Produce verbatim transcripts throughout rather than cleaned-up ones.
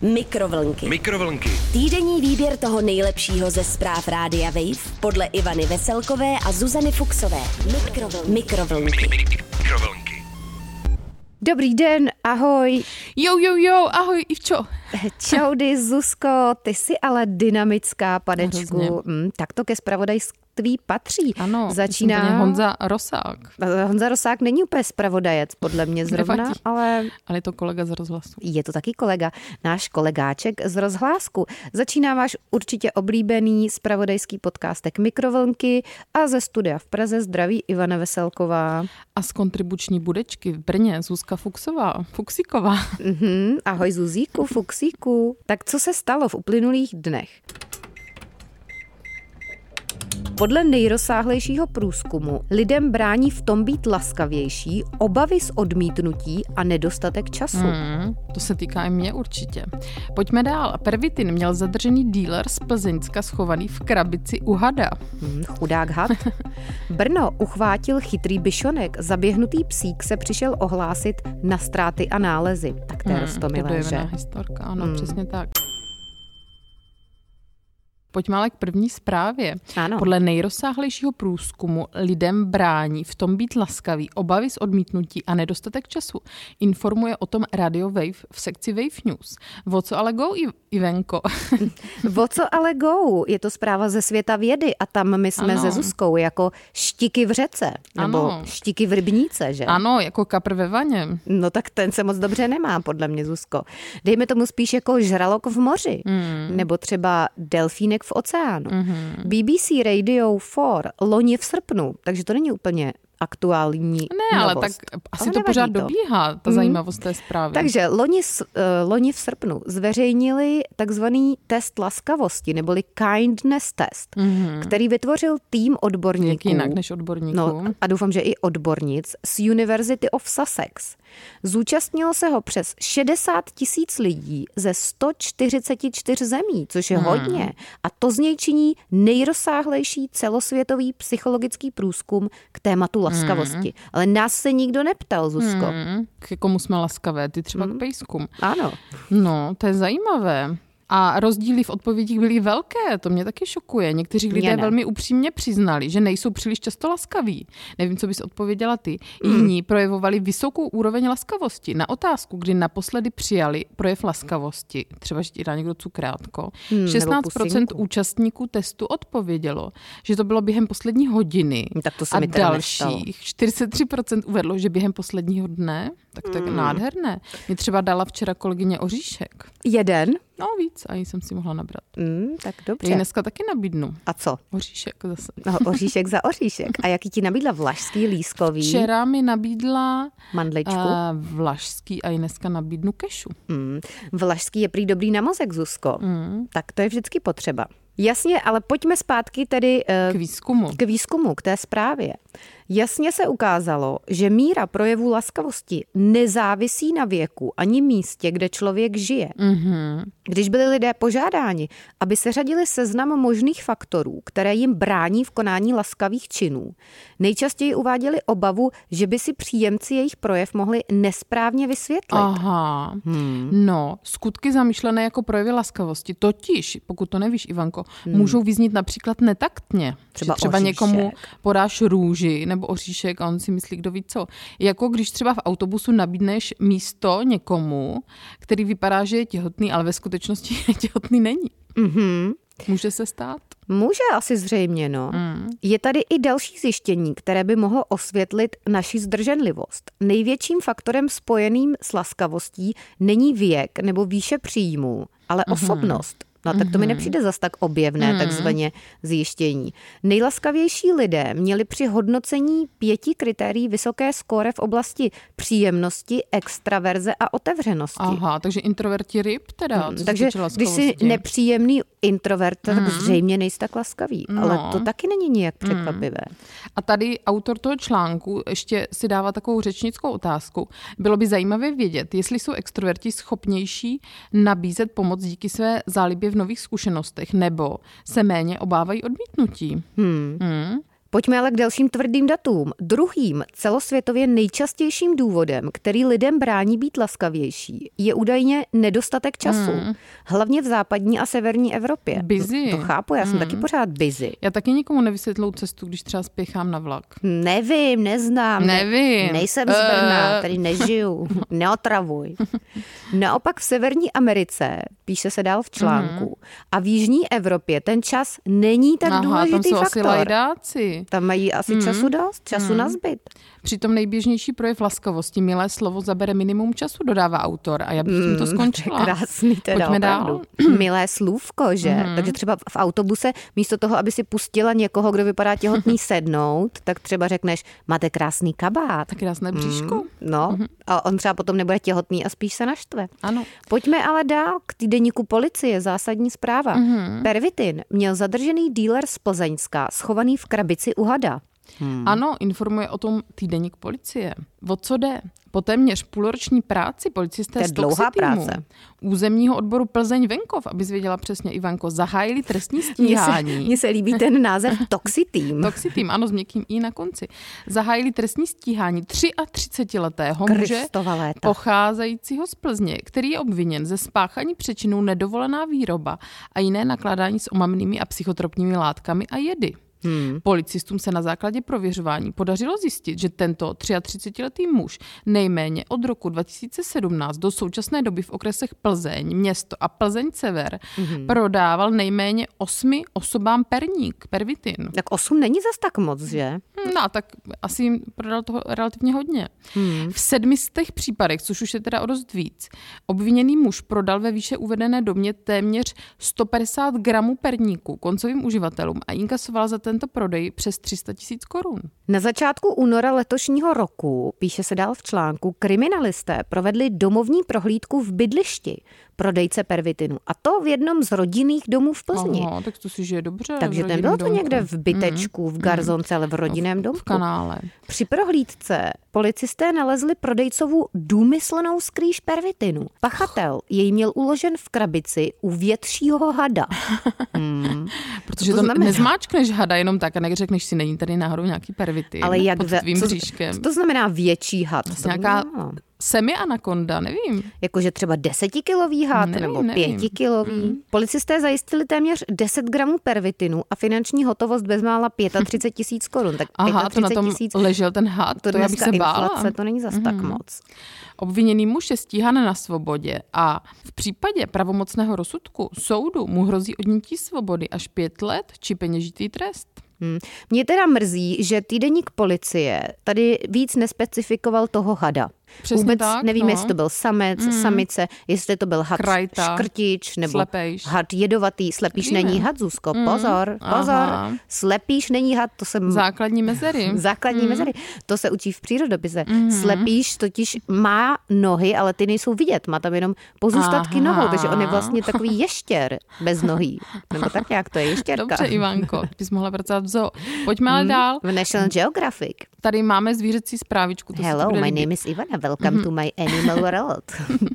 Mikrovlnky. Mikrovlnky. Týdenní výběr toho nejlepšího ze zpráv Rádia Wave podle Ivany Veselkové a Zuzany Fuxové. Mikrovlnky. Mikrovlnky. Mikrovlnky. Dobrý den, ahoj. Jo, jo, jo, ahoj, Ivčo. Čaudy, Zuzko, ty jsi ale dynamická, panečku. Mm, tak to ke zpravodajství patří. Ano, začíná Honza Rosák. Honza Rosák není úplně zpravodajec, podle mě zrovna, Nevadí. ale... Ale je to kolega z rozhlasu. Je to taky kolega, náš kolegáček z rozhlásku. Začíná váš určitě oblíbený zpravodajský podcastek Mikrovlnky a ze studia v Praze zdraví Ivana Veselková. A z kontribuční budečky v Brně Zuzka Fuxová. Fuxíková. Mhm, ahoj Zuzíku, Fuxíku. Tak co se stalo v uplynulých dnech? Podle nejrozsáhlejšího průzkumu lidem brání v tom být laskavější, obavy z odmítnutí a nedostatek času. Hmm, to se týká i mě určitě. Pojďme dál. Pervitin měl zadržený dealer z Plzeňska schovaný v krabici u hada. Hmm, chudák had. Brno uchvátil chytrý bišonek. Zaběhnutý psík se přišel ohlásit na ztráty a nálezy. Tak to je Hmm, roztomilé, to že? je historka, ano, Hmm. přesně tak. Pojďme ale k první zprávě. Ano. Podle nejrozsáhlejšího průzkumu lidem brání v tom být laskavý, obavy z odmítnutí a nedostatek času. Informuje o tom Radio Wave v sekci Wave News. O co ale go, Ivenko? O co ale go? Je to zpráva ze světa vědy a tam my jsme Ano. se Zuzkou jako štiky v řece, nebo Ano. štiky v rybníce, že? Ano, jako kapr ve vaně. No tak ten se moc dobře nemá, podle mě, Zuzko. Dejme tomu spíš jako žralok v moři, Mm. nebo třeba delfínek v oceánu. Mm-hmm. B B C Radio čtyři loni v srpnu, takže to není úplně aktuální Ne, ale novost. tak asi Ale to nevadí pořád to. dobíhá, ta Mhm. zajímavost té zprávy. Takže loni, s- eh, loni v srpnu zveřejnili takzvaný test laskavosti, neboli kindness test, Mhm. který vytvořil tým odborníků. Jak jinak než odborníků. No, a doufám, že i odbornic z University of Sussex. Zúčastnilo se ho přes šedesát tisíc lidí ze sto čtyřicet čtyři zemí, což je Hmm. hodně. A to z něj činí nejrozsáhlejší celosvětový psychologický průzkum k tématu laskavosti. Hmm. Ale nás se nikdo neptal, Zuzko. Hmm. K komu jsme laskavé? Ty třeba Hmm. k pejskům. Ano. No, to je zajímavé. A rozdíly v odpovědích byly velké, to mě taky šokuje. Někteří lidé Mě ne. velmi upřímně přiznali, že nejsou příliš často laskaví. Nevím, co bys odpověděla ty. Jiní projevovali vysokou úroveň laskavosti. Na otázku, kdy naposledy přijali projev laskavosti, třeba že ti dá někdo cukrátko, Hmm, nebo šestnáct procent pusinku. účastníků testu odpovědělo, že to bylo během poslední hodiny. Tak to se A mi teda nestalo. dalších čtyřicet tři procent uvedlo, že během posledního dne. Tak to je Hmm. nádherné. Mě třeba dala včera kolegyně oříšek. Jeden? No víc, a ji jsem si mohla nabrat. Mm, tak Já ji dobře. dneska taky nabídnu. A co? Oříšek zase. No, oříšek za oříšek. A jaký ti nabídla vlašský, lískový, Včera mi nabídla mandličku? uh, vlašský a ji dneska nabídnu kešu. Mm. Vlašský je prý dobrý na mozek, Zuzko. Mm. Tak to je vždycky potřeba. Jasně, ale pojďme zpátky tedy eh, K výzkumu. k výzkumu, k té zprávě. Jasně se ukázalo, že míra projevu laskavosti nezávisí na věku ani místě, kde člověk žije. Mm-hmm. Když byli lidé požádáni, aby se řadili seznam možných faktorů, které jim brání v konání laskavých činů, nejčastěji uváděli obavu, že by si příjemci jejich projev mohli nesprávně vysvětlit. Aha. Hmm. No, skutky zamýšlené jako projevy laskavosti, totiž, pokud to nevíš, Ivanko, hmm. můžou vyznít například netaktně. Třeba Že třeba oříšek. někomu podáš růži nebo oříšek a on si myslí, kdo ví co. Jako když třeba v autobusu nabídneš místo někomu, který vypadá, že je těhotný, ale ve skutečnosti těhotný není. Mhm. Může se stát. Může asi zřejmě, no. Mm. Je tady i další zjištění, které by mohlo osvětlit naši zdrženlivost. Největším faktorem spojeným s laskavostí není věk nebo výše příjmů, ale Mhm. osobnost. No tak to mi nepřijde zas tak objevné, Mhm. takzvaně zjištění. Nejlaskavější lidé měli při hodnocení pěti kritérií vysoké skóre v oblasti příjemnosti, extraverze a otevřenosti. Aha, takže introverti ryb teda. Co se Takže týče když jsi laskavosti. nepříjemný introvert, tak Mm. zřejmě nejsi tak laskavý. No. Ale to taky není nijak překvapivé. A tady autor toho článku ještě si dává takovou řečnickou otázku. Bylo by zajímavé vědět, jestli jsou extroverti schopnější nabízet pomoc díky své zálibě v nových zkušenostech, nebo se méně obávají odmítnutí. Hmm. Hmm. Pojďme ale k dalším tvrdým datům. Druhým celosvětově nejčastějším důvodem, který lidem brání být laskavější, je údajně nedostatek času. Mm. Hlavně v západní a severní Evropě. Busy. To, to chápu, já jsem mm. taky pořád busy. Já taky nikomu nevysvětlou cestu, když třeba spěchám na vlak. Nevím, neznám. Nevím. Nejsem z Brna, tady nežiju. Neotravuj. Naopak v Severní Americe, píše se dál v článku, mm. a v Jižní Evropě ten čas není tak Aha, důležitý tam jsou faktor. Asi lajdáci. Tam mají asi mm. času dost, času mm. na zbyt. Přitom nejběžnější projev laskavosti, milé slovo, zabere minimum času, dodává autor. A já bych tím to skončila. Mm, krásný teda. Pojďme dál. Milé slůvko, že? Mm. Takže třeba v autobuse místo toho, aby si pustila někoho, kdo vypadá těhotný sednout, tak třeba řekneš, máte krásný kabát. Tak krásné bříško. Mm. No, mm. a on třeba potom nebude těhotný a spíš se naštve. Ano. Pojďme ale dál k týdeníku Policie, zásadní zpráva. Mm. Pervitin měl zadržený dealer z Plzeňska, schovaný v krabici u hada. Hmm. Ano, informuje o tom týdeník Policie. O co jde? Po téměř půlroční práci policisté z Toxitýmu územního odboru Plzeň Venkov, abys věděla přesně, Ivanko, zahájili trestní stíhání. Mně se, se líbí ten název Toxitým. Toxitým, ano, s měkkým i na konci. Zahájili trestní stíhání třiatřicetiletého muže pocházejícího z Plzně, který je obviněn ze spáchání přečinů nedovolená výroba a jiné nakládání s omamnými a psychotropními látkami a jedy. Hmm. Policistům se na základě prověřování podařilo zjistit, že tento třiatřicetiletý muž nejméně od roku dva tisíce sedmnáct do současné doby v okresech Plzeň, město a Plzeň Sever hmm. prodával nejméně osmi osobám perník, pervitin. Tak osm není zas tak moc, že? No, tak asi jim prodal toho relativně hodně. Hmm. V sedmi z těch případech, což už je teda o dost víc, obviněný muž prodal ve výše uvedené domě téměř sto padesát gramů perníku koncovým uživatelům a inkasoval za tento prodej přes tři sta tisíc korun. Na začátku února letošního roku, píše se dál v článku, kriminalisté provedli domovní prohlídku v bydlišti prodejce pervitinu. A to v jednom z rodinných domů v Plzni. Aha, tak to si žije dobře. Takže nebylo to někde v bytečku, v garzonce, ale v rodinném domku. V kanále. Při prohlídce policisté nalezli prodejcovu důmyslnou skrýž pervitinu. Pachatel jej měl uložen v krabici u většího hada. Hmm. Protože to, to nezmáčkneš hada jenom tak a neřekneš si, není tady náhodou nějaký pervitin ale jak pod tvým co, bříškem. Co to znamená větší had? To nějaká semi-anakonda, nevím. Jakože třeba desetikilový had nevím, nebo nevím. pětikilový. Mm. Policisté zajistili téměř deset gramů pervitinu a finanční hotovost bezmála třicet pět tisíc korun. Tak Aha, to na tom tisíc, ležel ten had, to, to já bych se bála. Inflace, to není zas mm. tak moc. Obviněný muž je stíhán na svobodě a v případě pravomocného rozsudku soudu mu hrozí odnětí svobody až pět let či peněžitý trest. Hmm. Mě teda mrzí, že týdeník Policie tady víc nespecifikoval toho hada. Přesně Vůbec tak, nevím, no. jestli to byl samec, mm. samice, jestli to byl had Krajta, škrtič, nebo slepejš. had jedovatý. Slepíš Víme. není had, Zuzko, mm. pozor, pozor. Aha. Slepíš není had, to se... Základní mezery. Základní mm. mezery, to se učí v přírodopise. Mm. Slepíš totiž má nohy, ale ty nejsou vidět, má tam jenom pozůstatky Aha. nohou, takže on je vlastně takový ještěr bez nohí. Nebo tak nějak to je ještěrka. Dobře, Ivanko, bys mohla pracovat v zoo. Pojďme ale mm. dál. V National Geographic. Tady máme zvířecí zprávičku. To Hello, my name is Ivana, welcome mm-hmm. to my animal world.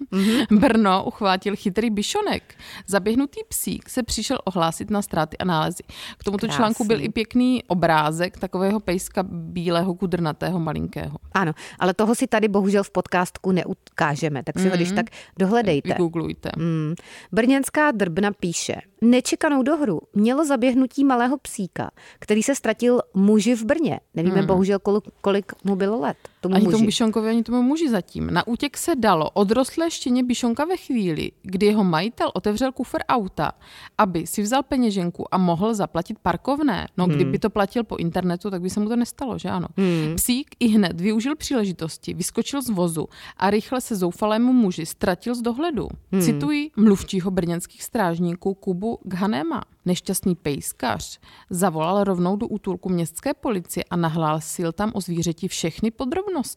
Brno uchvátil chytrý bišonek. Zaběhnutý psík se přišel ohlásit na ztráty a nálezy. K tomuto Krásný. článku byl i pěkný obrázek takového pejska bílého, kudrnatého, malinkého. Ano, ale toho si tady bohužel v podcastku neukážeme, tak si mm. ho když tak dohledejte. Vygooglujte. Mm. Brněnská Drbna píše, nečekanou dohru mělo zaběhnutí malého psíka, který se ztratil muži v Brně. Nevíme mm. bohužel, kolik, kolik mu bylo let. Tomu ani muži. tomu bišonkovi, ani tomu muži zatím. Na útěk se dalo odrostlé štěně bišonka ve chvíli, kdy jeho majitel otevřel kufr auta, aby si vzal peněženku a mohl zaplatit parkovné. No, hmm. kdyby to platil po internetu, tak by se mu to nestalo, že ano. Hmm. Psík i hned využil příležitosti, vyskočil z vozu a rychle se zoufalému muži ztratil z dohledu. Hmm. Cituji mluvčího brněnských strážníků Kubu Ghanéma. Nešťastný pejskař zavolal rovnou do útulku městské policie a nahlásил tam o zvířeti všechny podrobnosti.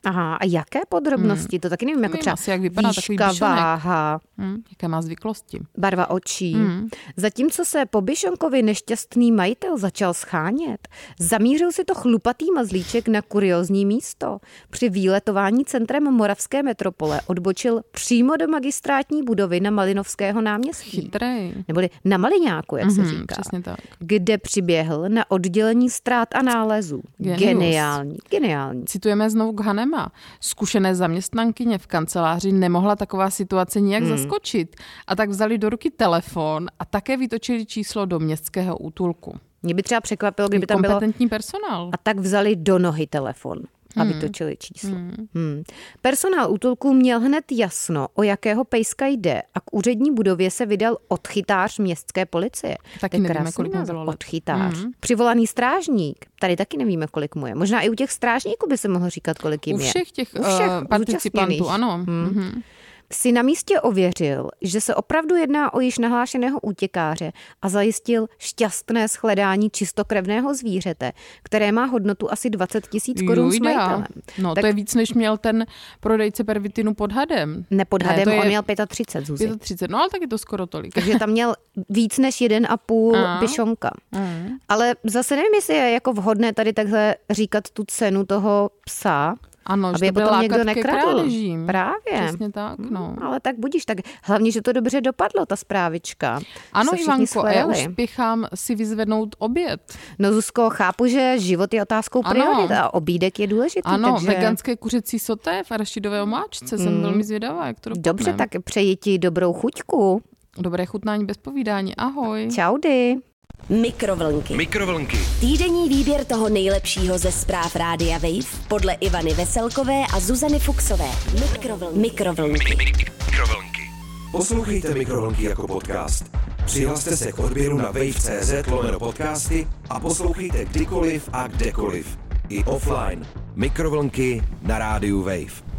Aha, a jaké podrobnosti? Hmm. To taky nevím, jako třeba asi, jak vypadá výška, váha. Hmm. Jaké má zvyklosti. Barva očí. Hmm. Zatímco se po Bišonkovi nešťastný majitel začal schánět, zamířil si to chlupatý mazlíček na kuriózní místo. Při výletování centrem moravské metropole odbočil přímo do magistrátní budovy na Malinovského náměstí. Chytrej. Neboli na Maliňáku, jak se mm-hmm, říká. Přesně tak. Kde přiběhl na oddělení ztrát a nálezů. Genius. Geniální. Geniální. Citujeme znovu Ghanema. Zkušené zaměstnankyně v kanceláři nemohla taková situace nijak hmm. zaskočit. A tak vzali do ruky telefon a také vytočili číslo do městského útulku. Mě by třeba překvapilo, kdyby tam bylo... kompetentní personál. A tak vzali do nohy telefon a Hmm. vytočili číslo. Hmm. Hmm. Personál útulku měl hned jasno, o jakého pejska jde, a k úřední budově se vydal odchytář městské policie. Taky To je nevíme, krásný kolik mu název, bylo let. Odchytář. Hmm. Přivolaný strážník, tady taky nevíme, kolik mu je. Možná i u těch strážníků by se mohlo říkat, kolik jim U je. všech těch U všech uh, participantů, zúčastněných. ano. Hmm. Mm-hmm. Si na místě ověřil, že se opravdu jedná o již nahlášeného útěkáře a zajistil šťastné shledání čistokrevného zvířete, které má hodnotu asi dvacet tisíc korun s majitelem. No tak to je víc, než měl ten prodejce pervitinu pod hadem. ne pod hadem, ne, on je měl třicet pět, Zuzi. třicet pět, no ale tak je to skoro tolik. Takže tam měl víc než jeden a půl Aha. bišonka. Mm. Ale zase nevím, jestli je jako vhodné tady takhle říkat tu cenu toho psa, Ano, aby že je to bude potom někdo lákat ke nekradl. krádežím. Právě. Přesně tak, no. Ale tak budíš, tak hlavně, že to dobře dopadlo, ta zprávička. Ano, Se všichni Ivanko, a já už shledali. spěchám si vyzvednout oběd. No Zuzko, chápu, že život je otázkou Ano. priorit a obídek je důležitý. Ano, takže... veganské kuřecí soté v arašidové omáčce. Jsem Mm. velmi zvědavá, jak to dopadne. Dobře, tak přeji ti dobrou chuťku. Dobré chutnání bez povídání. Ahoj. Čaudy. Mikrovlnky. Mikrovlnky. Týdenní výběr toho nejlepšího ze zpráv Rádia Wave podle Ivany Veselkové a Zuzany Fuxové. Mikrovlnky. Mikrovlnky. Mikrovlnky. Poslouchejte Mikrovlnky jako podcast. Přihlaste se k odběru na wave tečka cz lomeno podcasty a poslouchejte kdykoliv a kdekoliv. I offline. Mikrovlnky na rádiu Wave.